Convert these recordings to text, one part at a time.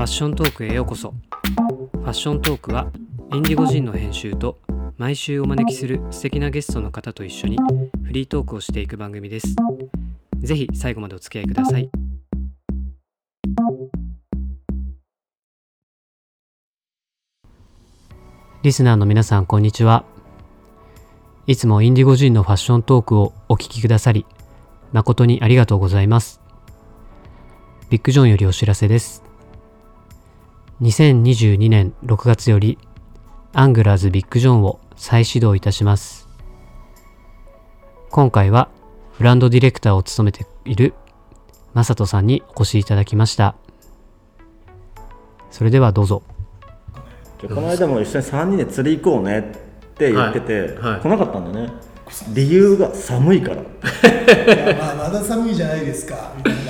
ァッショントークへようこそ。ファッショントークはインディゴジンの編集と毎週お招きする素敵なゲストの方と一緒にフリートークをしていく番組です。ぜひ最後までお付き合いください。リスナーの皆さん、こんにちは。いつもインディゴジンのファッショントークをお聞きくださり誠にありがとうございます。ビッグジョンよりお知らせです。2022年6月よりアングラーズビッグジョンを再始動いたします。今回はブランドディレクターを務めているマサトさんにお越しいただきました。それではどうぞ。 この間も一緒に3人で釣り行こうねって言ってて、来なかったんだね。理由が寒いから。 いや、まだ寒いじゃないですかみたいな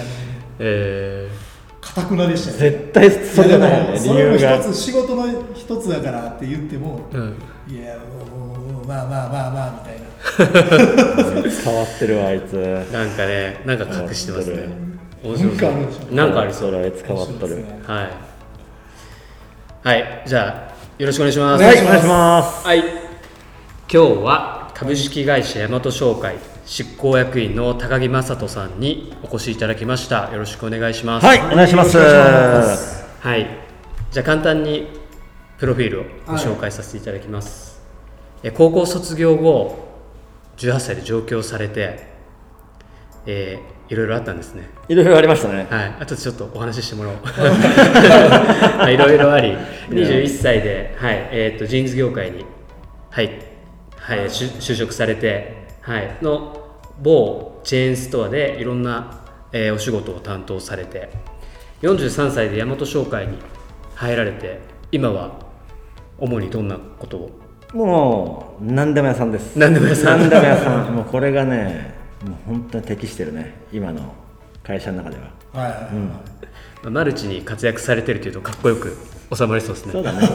堅くなりしたよね。 絶対それじゃないよね。理由がそれも一つ仕事の一つだからって言っても、いやもうまあみたいな。 変わってるわあいつ。 なんかね、なんか隠してますね。面白そう。 なんかありそう。 あいつ変わってる。 はい、じゃあよろしくお願いします。 はい、お願いします。 はい、今日は株式会社大和商会執行役員の高木正人さんにお越しいただきました。よろしくお願いします。 はい、お願いします。 はい、じゃあ簡単にプロフィールをご紹介させていただきます。高校卒業後18歳で上京されて、いろいろあったんですね。 いろいろありましたね。 はい、あとちょっとお話ししてもらおう。いろいろあり、21歳で、ジーンズ業界に就職されて、の某チェーンストアでいろんな、お仕事を担当されて、43歳で大和商会に入られて、今は主にどんなことを？ もう何でも屋さんです。 何でも屋さん。 もうこれがね、もう本当に適してるね、今の会社の中では。 マルチに活躍されてるというとかっこよく収まりそうですね。 そうだね。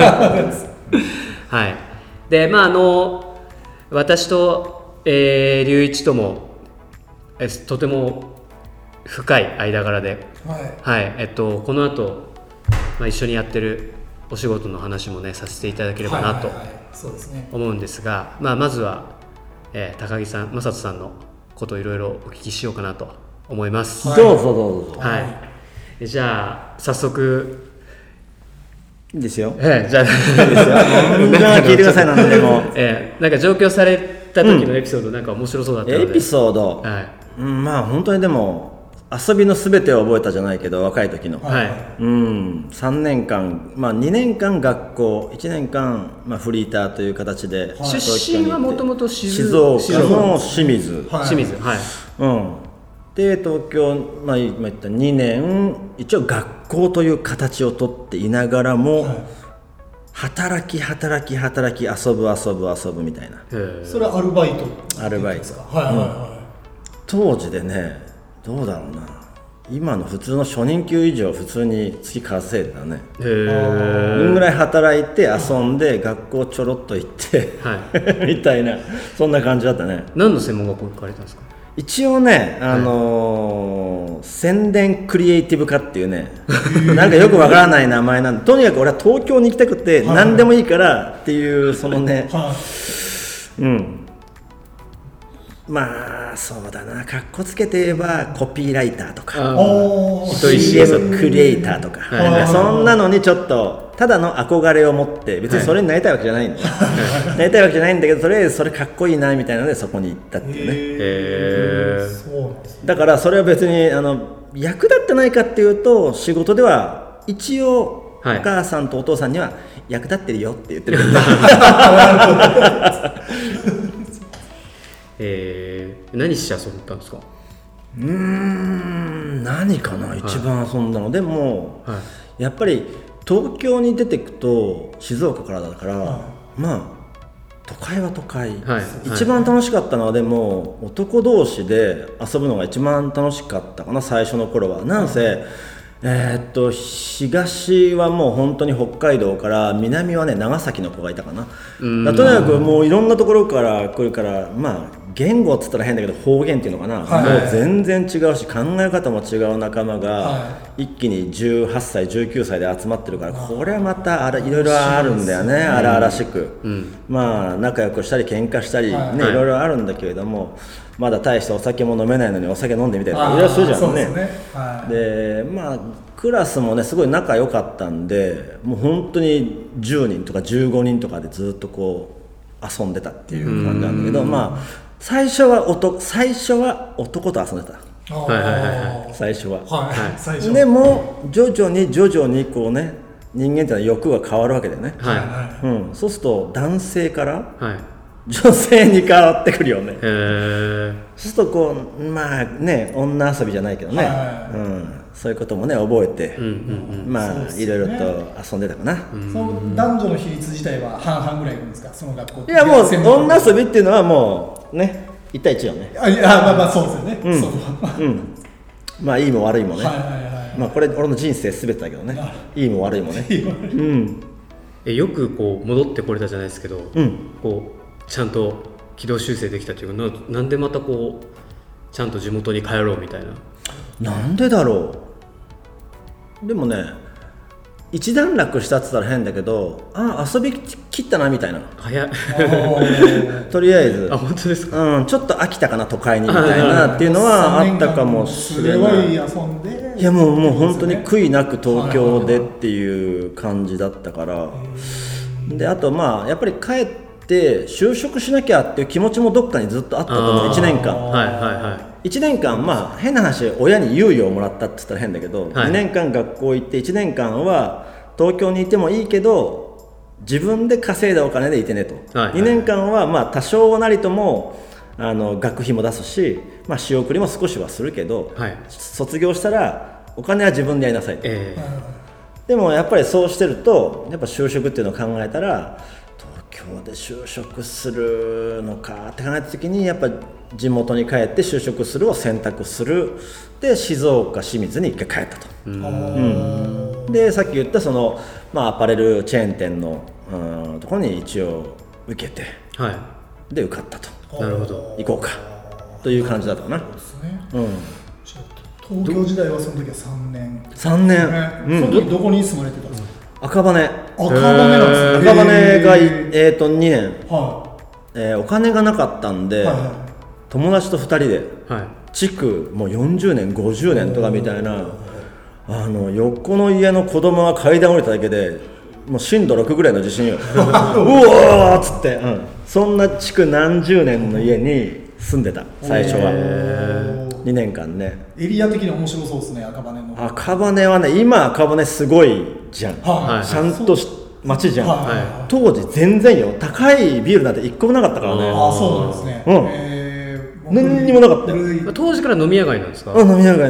はい。で、私と、隆一ともとても深い間柄で、この後、一緒にやってるお仕事の話もねさせていただければなと思うんですが、まずは、高木さん、正人さんのことをいろいろお聞きしようかなと思います。 どうぞ。 じゃあ早速いいですよ。 じゃあみんな聞いてください。なんでもなんか上京された時のエピソード、なんか面白そうだったので。 エピソード、本当にでも遊びのすべてを覚えたじゃないけど、若い時の、3年間、2年間学校、1年間、フリーターという形で、 出身はもともと静岡の清水、で東京、今言った2年一応学校という形をとっていながらも、働き遊ぶみたいな。 それはアルバイトですか？ 当時でね、どうだろうな、今の普通の初任給以上普通に月稼いでたね。ぐらい働いて遊んで学校ちょろっと行ってみたいな、そんな感じだったね。 何の専門学校行かれたんですか？ 一応ね、宣伝クリエイティブ科っていうねなんかよくわからない名前なんで、とにかく俺は東京に行きたくて、何でもいいからっていう、そのね、そうだな、かっこつけて言えばコピーライターとか CM クリエイターとか、そんなのにちょっとただの憧れを持って、別にそれになりたいわけじゃないんだよ、なりたいわけじゃないんだけど、とりあえずそれかっこいいなみたいなのでそこに行ったっていうね。だからそれは別に役立ってないかっていうと、仕事では一応お母さんとお父さんには役立ってるよって言ってる何して遊んだんですか？ 何かな、一番遊んだの。でも、やっぱり東京に出てくと静岡からだから、都会は都会、一番楽しかったのはでも男同士で遊ぶのが一番楽しかったかな、最初の頃は。なんせ東はもう本当に北海道から、南はね長崎の子がいたかな。とにかくもういろんなところから来るから、 言語っつったら変だけど方言っていうのかな、もう全然違うし考え方も違う仲間が一気に18歳19歳で集まってるから、これはまたいろいろあるんだよね、荒々しく、まあ仲良くしたり喧嘩したりね、いろいろあるんだけれども、まだ大してお酒も飲めないのにお酒飲んでみたいな、いろいろするじゃんね。でまあクラスもねすごい仲良かったんで、もう本当に10人とか15人とかでずっとこう遊んでたっていう感じなんだけど、まあ最初は男と遊んでた。最初は。でも徐々にこうね、人間ってのは欲が変わるわけだよね。そうすると男性から女性に変わってくるよね。そうするとこうまあね、女遊びじゃないけどね、そういうこともね覚えて、まあいろいろと遊んでたかな。 その男女の比率自体は半々ぐらいいくんですか、その学校って。 いやもう女遊びっていうのはもうね1対1よね。 まあそうですよね。 まあいいも悪いもね。まあこれ俺の人生すべてだけどね、いいも悪いもね。 よくこう戻ってこれたじゃないですけど、こうちゃんと軌道修正できたというか、なんでまたこうちゃんと地元に帰ろうみたいな。 なんでだろう。でもね、一段落したって言ったら変だけど、遊び切ったなみたいな。 早いとりあえず本当ですか。 ちょっと飽きたかな都会にみたいなっていうのはあったかもしれない。いやもう本当に悔いなく東京でっていう感じだったから。であとまあやっぱり帰って就職しなきゃっていう気持ちもどっかにずっとあったと思う。1年間1年間まあ変な話、親に猶予をもらったって言ったら変だけど、2年間学校行って1年間は東京にいてもいいけど自分で稼いだお金でいてねと、2年間はまあ多少なりとも学費も出すし、まあ、仕送りも少しはするけど、卒業したらお金は自分でやりなさいと、でもやっぱりそうしてるとやっぱ就職っていうのを考えたら、東京で就職するのかって考えた時にやっぱ地元に帰って就職するを選択する。で静岡清水に一回帰ったと。でさっき言ったその、まあ、アパレルチェーン店のところに一応受けて、で受かったと。 なるほど、 行こうかという感じだったかな。 東京時代はその時は3年。 3年。 その時どこに住まれてたんですか。 赤羽。 赤羽なんですね。 赤羽が2年。お金がなかったんで、友達と2人で、築もう40年50年とかみたいな、横の家の子供が階段降りただけでもう震度6ぐらいの地震ようわーっつって、そんな築何十年の家に住んでた最初は2年間ね。 エリア的に面白そうですね、赤羽の。 赤羽はね、今赤羽すごいじゃん、ちゃんと街じゃん、当時全然よ、高いビルなんて1個もなかったからね。 そうなんですね。 何にもなかったよ。 当時から飲み屋街なんですか。 飲み屋街。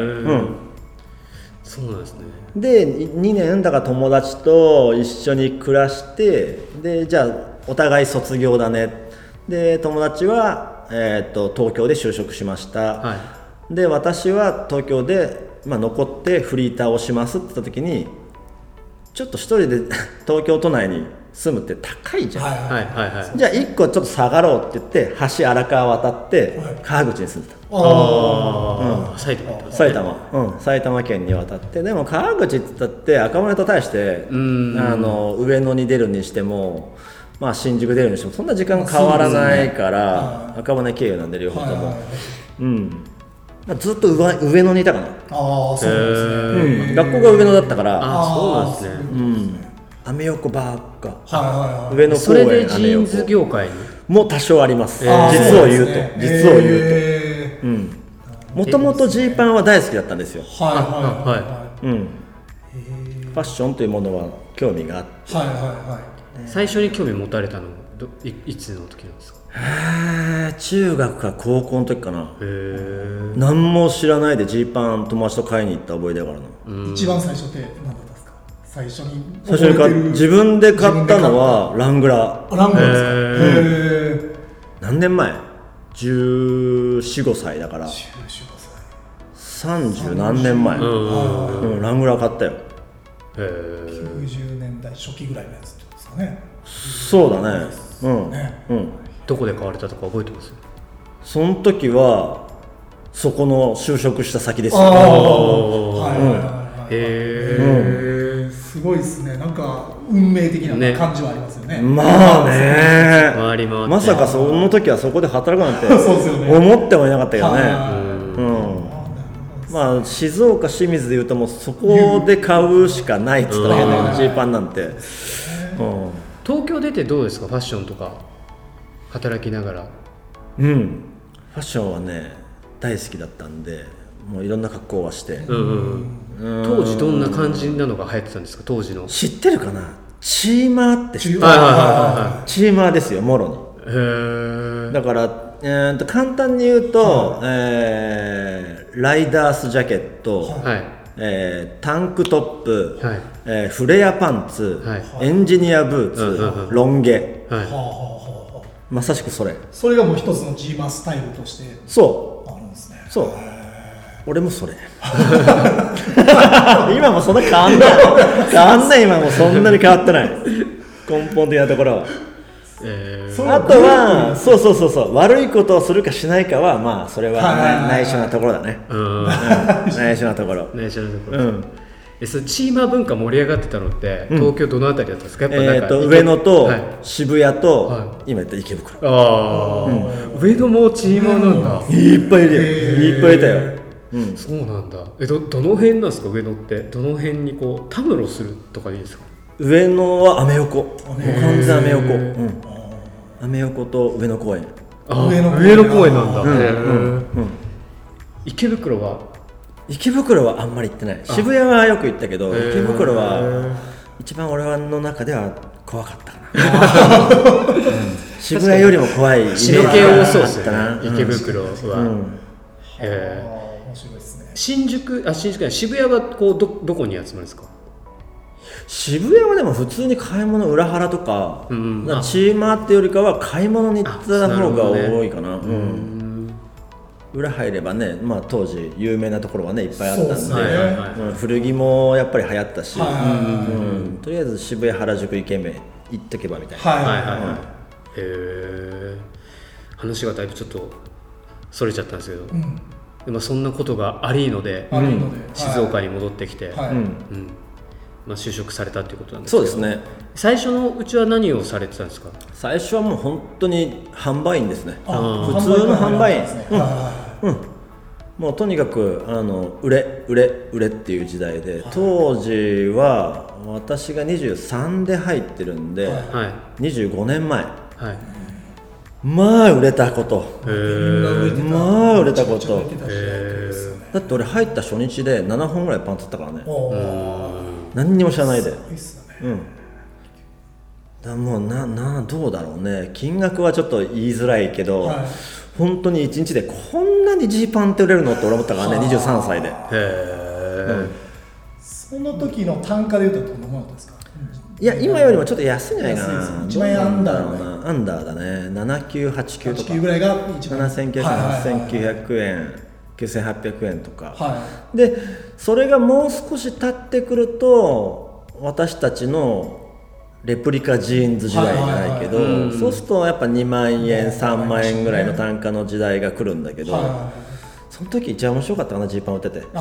そうなんですね。 で2年だから友達と一緒に暮らして、でじゃあお互い卒業だね。で友達は、東京で就職しました、で私は東京で、残ってフリーターをしますって言った時に、ちょっと一人で東京都内に住むって高いじゃん、じゃあ1個ちょっと下がろうって言って橋荒川渡って川口に住んでた。埼玉県に渡って。でも川口って言ったって赤羽と対して上野に出るにしても、新宿出るにしてもそんな時間変わらないから、赤羽経由なんで両方とも、ずっと上野にいたかな。 そうですね。 学校が上野だったから。 そうなんですね。 アメ横ばっか、上野公園。 それでジーンズ業界にも多少あります、実を言うと。もともとジーパンは大好きだったんですよ。ファッションというものは興味があって、 最初に興味持たれたのはいつの時なんですか。 中学か高校の時かな。何も知らないでジーパン友達と買いに行った覚えだからな。 一番最初って何だったんですか。最初に自分で買ったのはラングラですか。 何年前？14、15歳だから30何年前、ラングラー買ったよ。 90年代初期ぐらいのやつってことですかね。 そうだね。 どこで買われたとか覚えてます？ その時はそこの就職した先ですよ。 すごいですね。なんか運命的な感じはありますよね。 まあね、 回り回って、 まさかその時はそこで働くなんて思ってもいなかったけどね。まあ静岡清水でいうともうそこで買うしかないっつったら変だけど、ジーパンなんて。 東京出てどうですか、ファッションとか働きながら。 ファッションはね大好きだったんで、もういろんな格好はして、 当時どんな感じなのが流行ってたんですか、当時の。 知ってるかな、チーマーって知ってる？チーマーですよ、もろに。だから、簡単に言うと、ライダースジャケット、タンクトップ、フレアパンツ、エンジニアブーツ、ロン毛、まさしくそれがもう一つのジーマスタイルとしてそうあるんですね。 そう、俺もそれ今もそんな変わんない今もそんなに変わってない根本的なところは。あとはそう悪いことをするかしないかはまあそれは内緒なところだね。内緒なところ。 そのチーマー文化盛り上がってたのって東京どのあたりだったんですか？やっぱ上野と渋谷と、今言った池袋。 上野もチーマーなんだ。 いっぱいいるよ、いっぱいいたよ。 そうなんだ。どの辺なんですか、上野って。どの辺にこうたむろするとかでいいですか？ 上野はアメ横、完全アメ横。アメ横と上野公園。 上野公園なんだ。池袋はあんまり行ってない。渋谷はよく行ったけど、池袋は一番俺の中では怖かったかな。渋谷よりも怖いイメージが多そうですよね、池袋は。面白いですね。 新宿渋谷はこうどこに集まるんですか？ 渋谷はでも普通に買い物、裏原とか、チーマーってよりかは買い物に行った方が多いかな。裏入ればね、まあ、当時有名なところはねいっぱいあったんで、古着もやっぱり流行ったし、とりあえず渋谷、原宿、池目行っとけばみたいな。 話がだいぶちょっとそれちゃったんですけど、でもそんなことがありので静岡に戻ってきて、就職されたっていうことなんですけど。 そうですね。 最初のうちは何をされてたんですか？ 最初はもう本当に販売員ですね。普通の販売員。もうとにかく売れっていう時代で、当時は私が23で入ってるんで、25年前、まあ売れたこと、まあ売れたこと。だって俺入った初日で7本ぐらいパンツったからね。何にも知らないで。だもうどうだろうね、金額はちょっと言いづらいけど、本当に1日でこんなにジーパンって売れるのって俺思ったからね、23歳で。 その時の単価でいうとどんなものだったんですか？ いや今よりもちょっと安いんじゃないかな。 1万円アンダーアンダーだね。79、89とかぐらいが一番 7900円、8900円、9800円とか、でそれがもう少し経ってくると私たちのレプリカジーンズ時代じゃないけど、そうするとやっぱ2万円3万円ぐらいの単価の時代が来るんだけど、その時一番面白かったかな、ジーパン売ってて。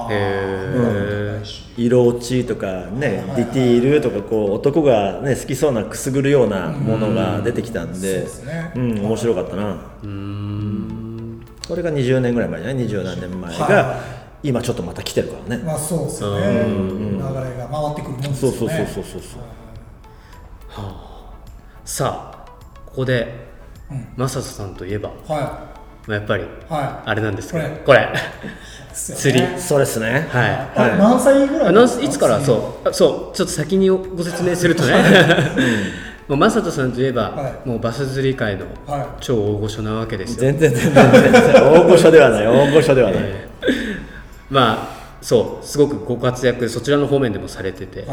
色落ちとかね、ディティールとかこう男がね好きそうなくすぐるようなものが出てきたんで、面白かったな。これが20年ぐらい前じゃない、20何年前が今ちょっとまた来てるからね。 まあそうですよね。流れが回ってくるもんですよね。 そう。 さあここで正人さんといえば、やっぱりあれなんですけど、これ釣り。 そうですね。 何歳ぐらい？ いつから？そうちょっと先にご説明するとね、もう正人さんといえばもうバス釣り界の超大御所なわけですよ。 全然大御所ではない。 まあそうすごくご活躍、そちらの方面でもされてて、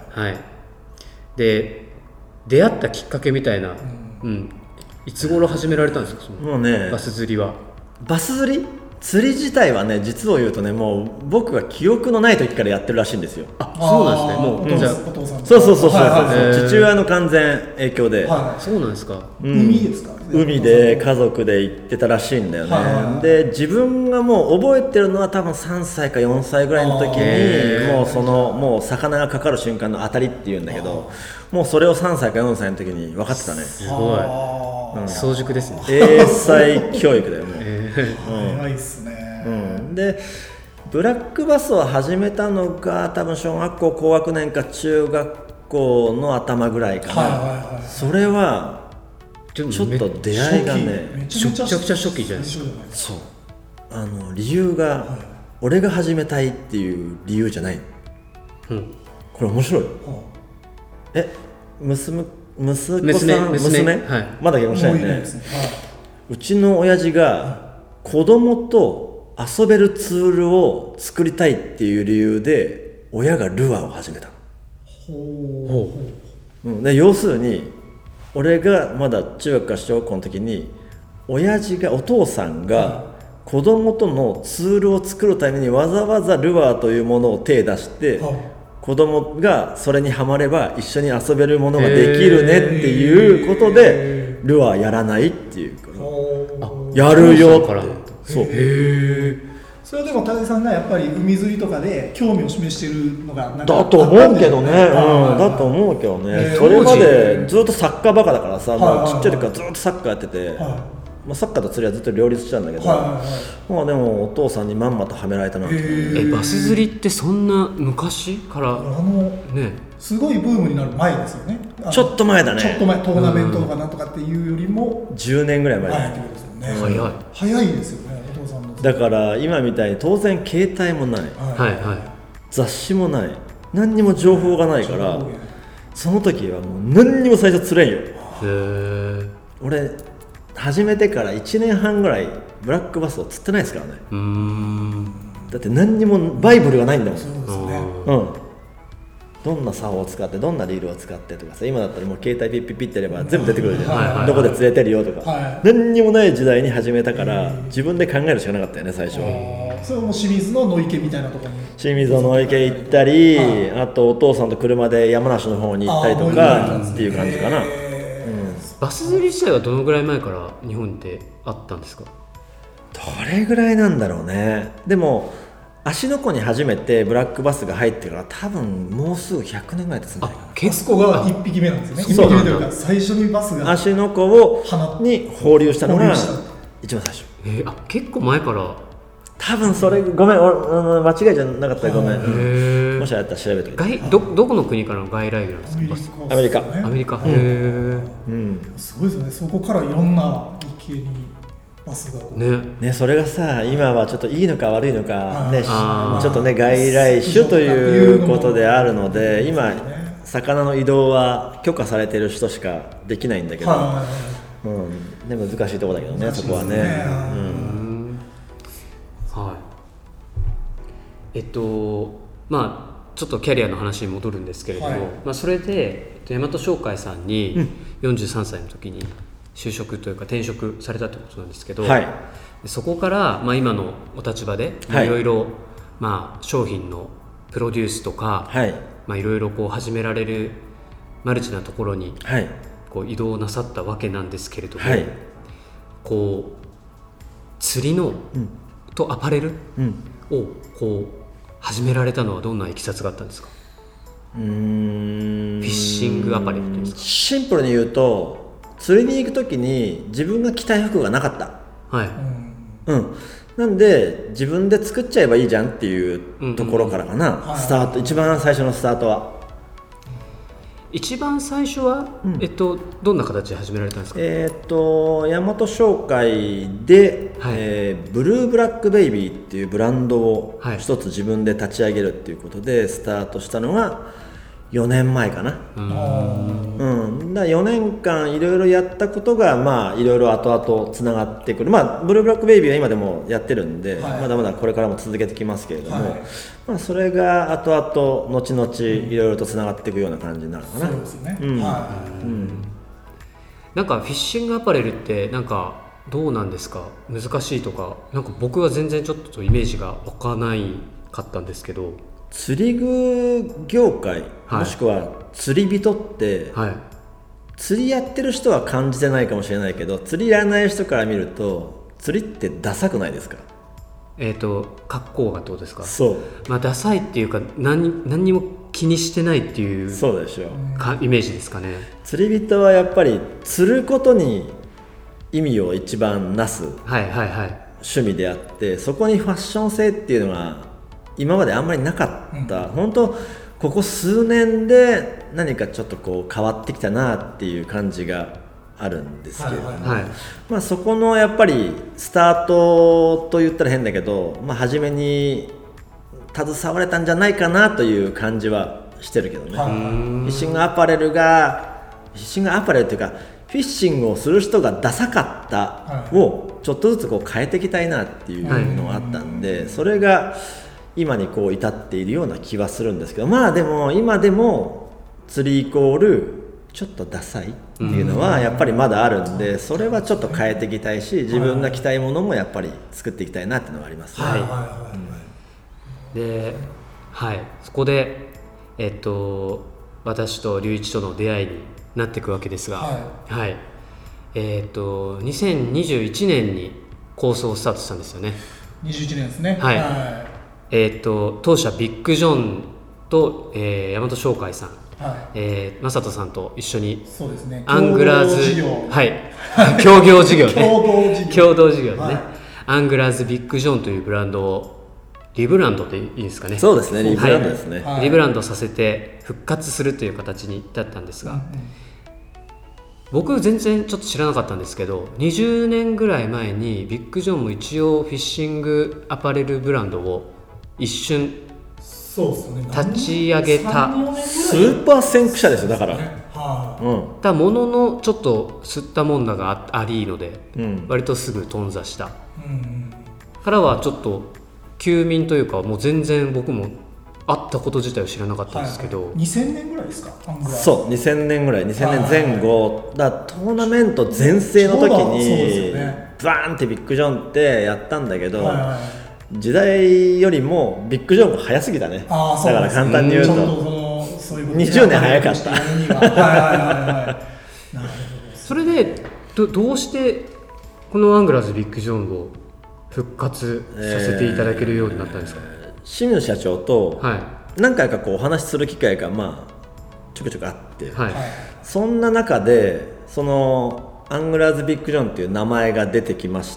で出会ったきっかけみたいな、いつ頃始められたんですか？ もうね、 バス釣りは。 バス釣り釣り自体はね、実を言うとね、もう僕が記憶のない時からやってるらしいんですよ。 そうなんですね。もうじゃあお父さん、 そう、父親の完全影響で、 そうなんですか。 海ですか？ 海で家族で行ってたらしいんだよね。で自分がもう覚えてるのは多分3歳か4歳ぐらいの時に、もう魚がかかる瞬間の当たりっていうんだけど、もうそれを3歳か4歳の時に分かってたね。 すごい。早熟ですね。 英才教育だよもう。 早いっすね。 でブラックバスを始めたのが多分小学校高学年か中学校の頭ぐらいかな。それはちょっと出会いがね、 めちゃくちゃ初期じゃないですか。 そう、理由が、俺が始めたいっていう理由じゃない、これ面白い。娘、まだ結婚したいね。うちの親父が子供と遊べるツールを作りたいっていう理由で親がルアーを始めた。で要するに俺がまだ中学か小学校の時にお父さんが子供とのツールを作るためにわざわざルアーというものを手出して子供がそれにはまれば一緒に遊べるものができるねっていうことでルアーやらないっていうからやるよって。そう。 それはでも高木さんがやっぱり海釣りとかで興味を示してるのがなんかだと思うけどね。だと思うけどね。それまでずっとサッカーバカだからさ、ちっちゃい時からずっとサッカーやってて、サッカーと釣りはずっと両立してたんだけど、まあでもお父さんにまんまとはめられたな。 バス釣りってそんな昔からね、 すごいブームになる前ですよね。 ちょっと前だね。 ちょっと前、トーナメントとかなんとかっていうよりも 10年ぐらい前だね。 早いですよね。 だから今みたいに当然携帯もない、雑誌もない、何にも情報がないから、その時はもう何にも最初釣れんよ。俺始めてから1年半ぐらいブラックバスを釣ってないですからね。だって何にもバイブルがないんだもん。そうですね。どんな竿を使ってどんなリールを使ってとかさ、今だったらもう携帯ピッピッピッてやれば全部出てくるじゃん。どこで釣れてるよとか、何にもない時代に始めたから自分で考えるしかなかったよね最初。 それも清水の野池みたいなところに、 清水の野池行ったり、あとお父さんと車で山梨の方に行ったりとかっていう感じかな。 バス釣り自体はどのぐらい前から日本であったんですか？ どれぐらいなんだろうね。でも芦ノ湖に初めてブラックバスが入ってから多分もうすぐ100年ぐらい経つんじゃないかな。 結構が1匹目なんですね。1匹目というか最初にバスが芦ノ湖に放流したのが一番最初。 結構前から。 多分それごめん、間違いじゃなかったらごめん。もしあったら調べてみて。 どこの国からの外来魚なんですか？ アメリカ。 アメリカ。 すごいですよね。そこからいろんな池にバスがね、それがさ今はちょっといいのか悪いのかね、ちょっとね外来種ということであるので、今魚の移動は許可されてる人しかできないんだけど、で難しいところだけどね、そこはね。 まあちょっとキャリアの話に戻るんですけれども、それで大和商会さんに43歳の時に就職というか転職されたということなんですけど、そこから、今のお立場でいろいろ商品のプロデュースとか、いろいろこう始められるマルチなところにこう移動なさったわけなんですけれども、こう釣りの、とアパレルをこう始められたのはどんないきさつがあったんですか？フィッシングアパレルですか？ シンプルに言うと釣りに行くときに自分が着たい服がなかった。なんで自分で作っちゃえばいいじゃんっていうところからかな、スタート、一番最初のスタートは。 一番最初は、どんな形で始められたんですか？ 大和商会で、ブルーブラックベイビーっていうブランドを一つ自分で立ち上げるっていうことでスタートしたのが4年前かな。だから4年間いろいろやったことがいろいろ後々つながってくる。ブルーブラックベイビーは今でもやってるんで、まだまだこれからも続けてきますけれども、それが後々後々いろいろとつながっていくような感じになるかな。 そうですね。 なんかフィッシングアパレルってなんかどうなんですか、難しいとか、なんか僕は全然ちょっとイメージが湧かないかったんですけど、 釣り具業界、もしくは釣り人って、釣りやってる人は感じてないかもしれないけど、釣りやらない人から見ると釣りってダサくないですか？ 格好がどうですか？ そう、 ダサいっていうか何にも気にしてないっていう、 そうでしょう、 イメージですかね。 釣り人はやっぱり釣ることに意味を一番なす趣味であって、そこにファッション性っていうのが今まであんまりなかった、本当ここ数年で何かちょっとこう変わってきたなっていう感じがあるんですけれども、そこのやっぱりスタートと言ったら変だけど、初めに携われたんじゃないかなという感じはしてるけどね。フィッシングアパレルっていうか、フィッシングをする人がダサかったをちょっとずつこう変えていきたいなっていうのがあったんで、それが今にこう至っているような気はするんですけど、でも今でも釣りイコールちょっとダサいっていうのはやっぱりまだあるんで、それはちょっと変えていきたいし、自分が着たいものもやっぱり作っていきたいなっていうのがありますね。 で、そこで私と隆一との出会いになっていくわけですが、2021年に構想をスタートしたんですよね。 21年ですね。 当社ビッグジョンと、大和商会さん、正人さんと一緒にアングラーズ協業事業ね共同事業でね、アングラーズビッグジョンというブランドをリブランドでいいですかね。 そうですね、リブランドですね。 リブランドさせて復活するという形に至ったんですが、僕全然ちょっと知らなかったんですけど、20年ぐらい前にビッグジョンも一応フィッシングアパレルブランドを一瞬立ち上げたスーパー先駆者ですよ。だからたもののちょっと吸ったもんだがありので、割とすぐ頓挫した、からはちょっと休眠というか、もう全然僕も会ったこと自体を知らなかったんですけど、 2000年ぐらいですか？ そう、2000年ぐらい、2000年前後だ。トーナメント全盛の時にバーンってビッグジョンってやったんだけど、時代よりもビッグジョンが早すぎたね。だから簡単に言うと20年早かった。 それでどうしてこのアングラーズビッグジョンを復活させていただけるようになったんですか？ 清水社長と何回かこうお話しする機会がちょくちょくあって、そんな中でそのアングラーズビッグジョンっていう名前が出てきました、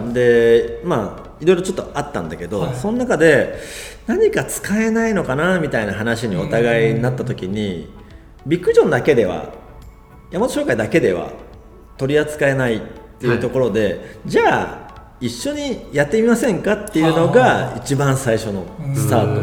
でいろいろちょっとあったんだけど、その中で何か使えないのかなみたいな話にお互いになった時に、ビッグジョンだけでは、大和商会だけでは取り扱えないっていうところで、じゃあ一緒にやってみませんかっていうのが一番最初のスタート。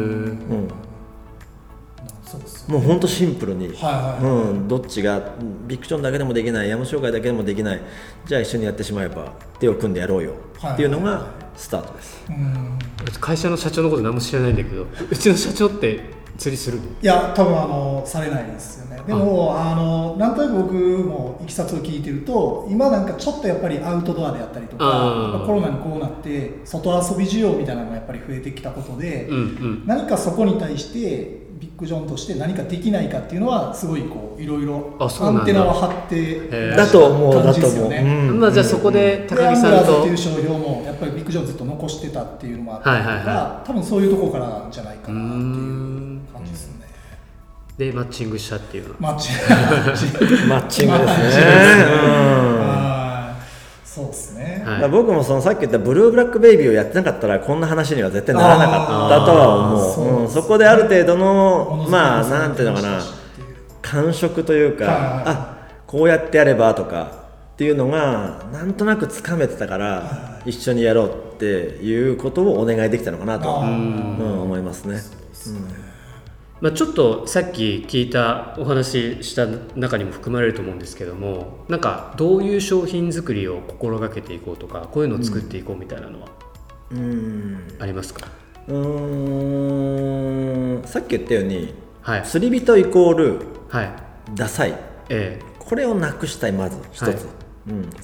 もうほんとシンプルに、どっちがビッグジョンだけでもできない、大和商会だけでもできない、じゃあ一緒にやってしまえば手を組んでやろうよっていうのがスタートです。 会社の社長のこと何も知らないんだけど、うちの社長って釣りするの？ いや、多分されないですよね。でもなんとなく僕もいきさつを聞いてると、今なんかちょっとやっぱりアウトドアであったりとか、コロナにこうなって外遊び需要みたいなのがやっぱり増えてきたことで、何かそこに対してビッグジョンとして何かできないかっていうのはすごいこういろいろアンテナを張ってだと思う。 感じですよね。 じゃあそこで高木さんとアングラーズっていう商標もやっぱりビッグジョンずっと残してたっていうのもあったりとか、多分そういうところからじゃないかなっていう感じですね。 でマッチングしたっていうのマッチングですね。 そうですね。 僕もそのさっき言ったブルーブラックベイビーをやってなかったらこんな話には絶対ならなかったとは思う。そこである程度のなんていうのかな、感触というか、こうやってやればとかっていうのがなんとなくつかめてたから、一緒にやろうっていうことをお願いできたのかなと思いますね。 ちょっとさっき聞いたお話した中にも含まれると思うんですけども、なんかどういう商品作りを心がけていこうとか、こういうのを作っていこうみたいなのはありますか？ さっき言ったように、釣り人イコールダサい、これをなくしたい。まず一つ、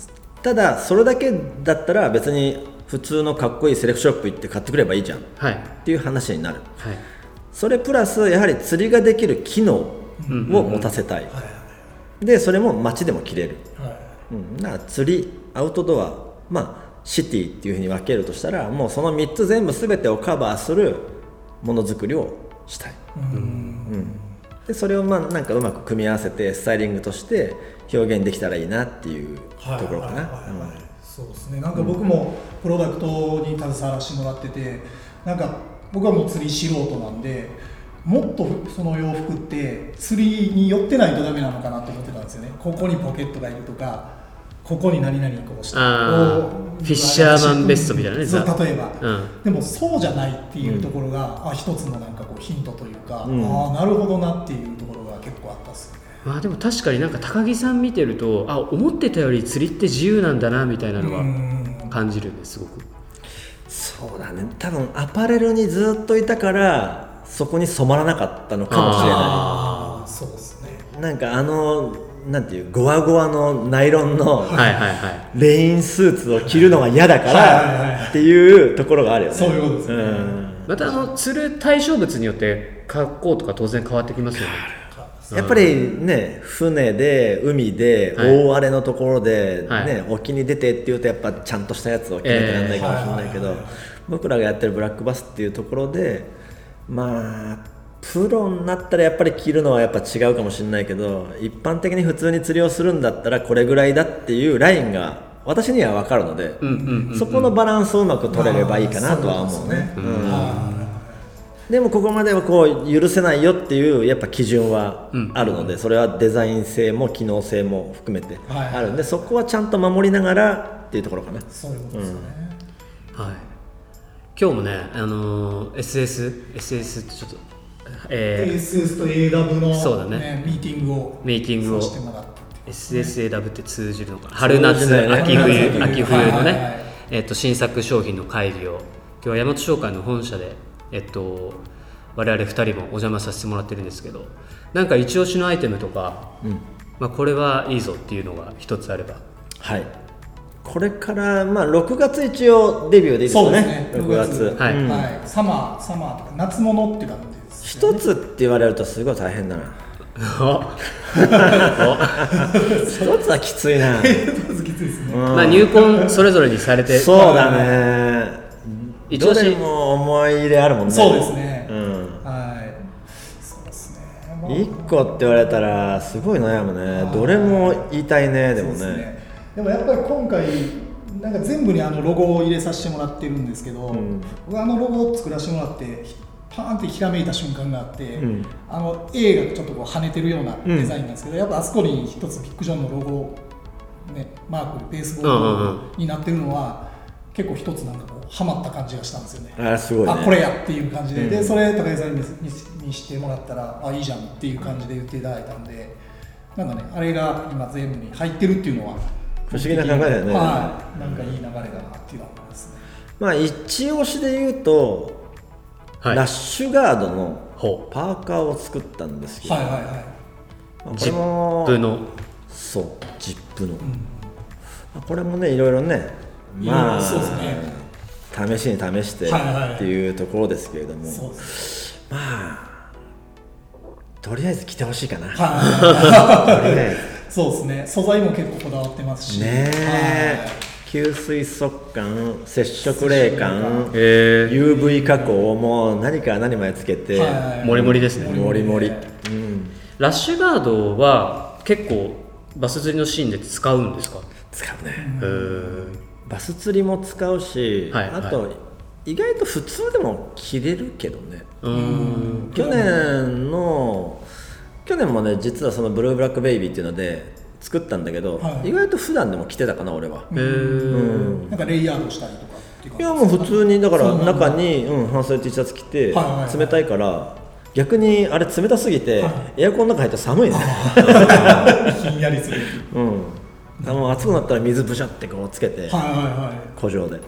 ただそれだけだったら別に普通のかっこいいセレクトショップ行って買ってくればいいじゃん、 はい、 っていう話になる、 はい、 それプラスやはり釣りができる機能を持たせたい、でそれも街でも着れる、だから釣りアウトドア、まあシティっていうふうに分けるとしたらもうその3つ全部全てをカバーするものづくりをしたい、でそれをまあなんかうまく組み合わせてスタイリングとして表現できたらいいなっていうところかな。 そうですね、なんか僕もプロダクトに携わらせてもらってて、なんか僕はもう釣り素人なんで、もっとその洋服って釣りに寄ってないとダメなのかなと思ってたんですよね。ここにポケットがいるとか、ここに何々こうして、 フィッシャーマンベストみたいなね、 例えば、でもそうじゃないっていうところが、一つのなんかこうヒントというか、なるほどなっていうところが結構あったっすよね。 まあでも確かになんか高木さん見てると思ってたより釣りって自由なんだなみたいなのは感じるんです、すごく。 そうだね、多分アパレルにずっといたからそこに染まらなかったのかもしれない。 そうですね、 なんかなんていうゴワゴワのナイロンのレインスーツを着るのが嫌だからっていうところがあるよね。 そういうことですね、 また釣る対象物によって格好とか当然変わってきますよね。 やっぱりね、船で海で大荒れのところで、ね、沖に出てっていうとやっぱちゃんとしたやつを着なきゃなんないかもしれないけど、僕らがやってるブラックバスっていうところでまあプロになったらやっぱり着るのはやっぱ違うかもしれないけど、一般的に普通に釣りをするんだったらこれぐらいだっていうラインが私には分かるので、そこのバランスをうまく取れればいいかなとは思うね。でもここまではこう許せないよっていうやっぱ基準はあるので、それはデザイン性も機能性も含めてあるんで、そこはちゃんと守りながらっていうところかな。 そういうことですよね。 はい。今日もね、SS ってちょっと、 SS と AW の、 そうだね、 ミーティングをさせてもらって、 SSAW って通じるのかな、春夏秋冬のね、新作商品の会議を今日は大和商会の本社で我々2人もお邪魔させてもらってるんですけど、なんか一押しのアイテムとか、まあ、これはいいぞっていうのが一つあれば。はい、 これから、まあ、6月一応デビューでいいですかね。 そうですね、 6月、 サマーとか夏物って感じですよね。 一つって言われるとすごい大変だな。一つはきついな。 一つきついですね。 まあ入魂それぞれにされて、 そうだね。どれも思い入れあるもんね。 そうですね。 そうですね。1個って言われたらすごい悩むね。どれも言いたいね。でもね。 でもやっぱり今回なんか全部にロゴを入れさせてもらってるんですけど、僕ロゴを作らせてもらってパーンってひらめいた瞬間があって、A がちょっとこう跳ねてるようなデザインなんですけど、やっぱあそこに一つビッグジョンのロゴね、マークベースボールになってるのは結構一つなんかこうハマった感じがしたんですよね。 すごいね。 これやっていう感じで、でそれ高井さんにしてもらったらいいじゃんっていう感じで言っていただいたんで、なんかね、あれが今全部に入ってるっていうのは不思議な考えだよね。 なんかいい流れだなっていうのは思いますね。 まあ一押しで言うと、ラッシュガードのパーカーを作ったんですけど、 ジップの、 そうジップの、これもねいろいろね、まあ試しに試してっていうところですけれども、まあとりあえず着てほしいかな。 そうですね。素材も結構こだわってますしね。吸水速乾、接触冷感、UV 加工も何から何までつけて、 モリモリですね。 モリモリ。 ラッシュガードは結構バス釣りのシーンで使うんですか？ 使うね。バス釣りも使うし、あと意外と普通でも着れるけどね。去年もね、実はそのブルーブラックベイビーっていうので作ったんだけど、意外と普段でも着てたかな俺は。 なんかレイヤードしたりとかっていう感じですか？ いやもう普通にだから中に半袖 T シャツ着て冷たいから逆にあれ冷たすぎてエアコンの中入ったら寒いね。 ひんやりする。 暑くなったら水ブシャってこうつけて古城で。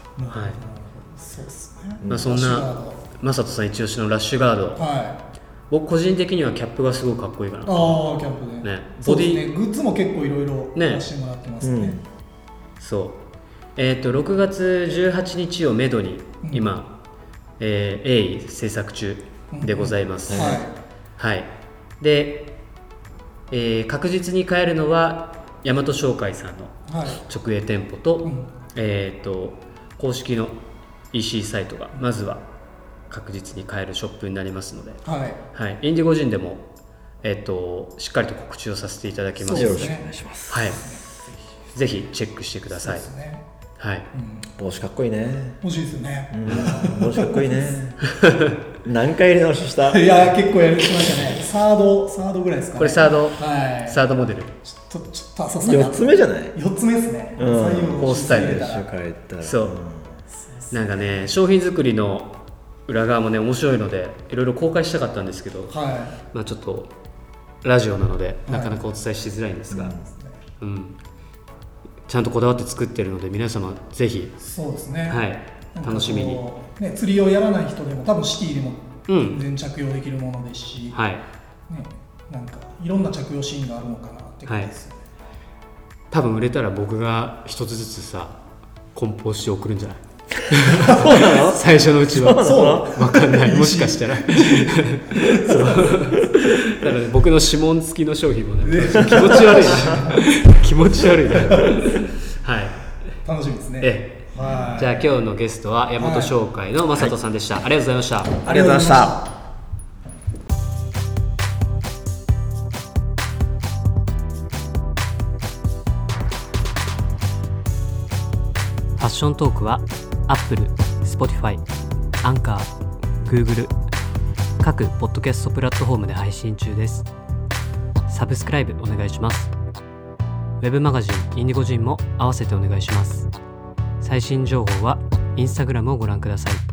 そうですね。 まあそんな正人さん一押しのラッシュガード僕個人的にはキャップがすごくかっこいいかな。 キャップね。ボディ、グッズも結構いろいろ出してもらってますね。 そう。6月18日をめどに今、鋭意制作中でございます。はい。で、確実に買えるのは大和商会さんの直営店舗と、公式の EC サイトがまずは確実に買えるショップになりますので、インディゴジンでも、しっかりと告知をさせていただきますので、 よろしくお願いします。 はい、ぜひチェックしてください。はい、 帽子かっこいいね。 欲しいですよね。 帽子かっこいいね。何回入れ直しした？ いや結構やりましたね。サードぐらいですかね。 これサードモデル。 ちょっと浅 4つ目じゃない ？4つ目ですね。 フォースタイルでそう。なんかね、商品作りの裏側もね面白いのでいろいろ公開したかったんですけど、まあちょっとラジオなのでなかなかお伝えしづらいんですが、ちゃんとこだわって作ってるので皆様ぜひ、 そうですね、 楽しみに、 釣りをやらない人でも多分シティでも全然着用できるものですし、なんかいろんな着用シーンがあるのかなって感じですよね。 多分売れたら僕が一つずつさ梱包して送るんじゃない？ そうなの？ 最初のうちは。そう分かんない。もしかしたら。だからね、僕の指紋付きの商品もね、気持ち悪い気持ち悪いはい。 楽しみですね。 じゃあ今日のゲストは大和商会の正人さんでした。ありがとうございました。 ありがとうございました。 ファッショントークは Apple、Spotify、Anchor、Google 各ポッドキャストプラットフォームで配信中です。サブスクライブお願いします。ウェブマガジンインディゴジンも合わせてお願いします。最新情報は Instagram をご覧ください。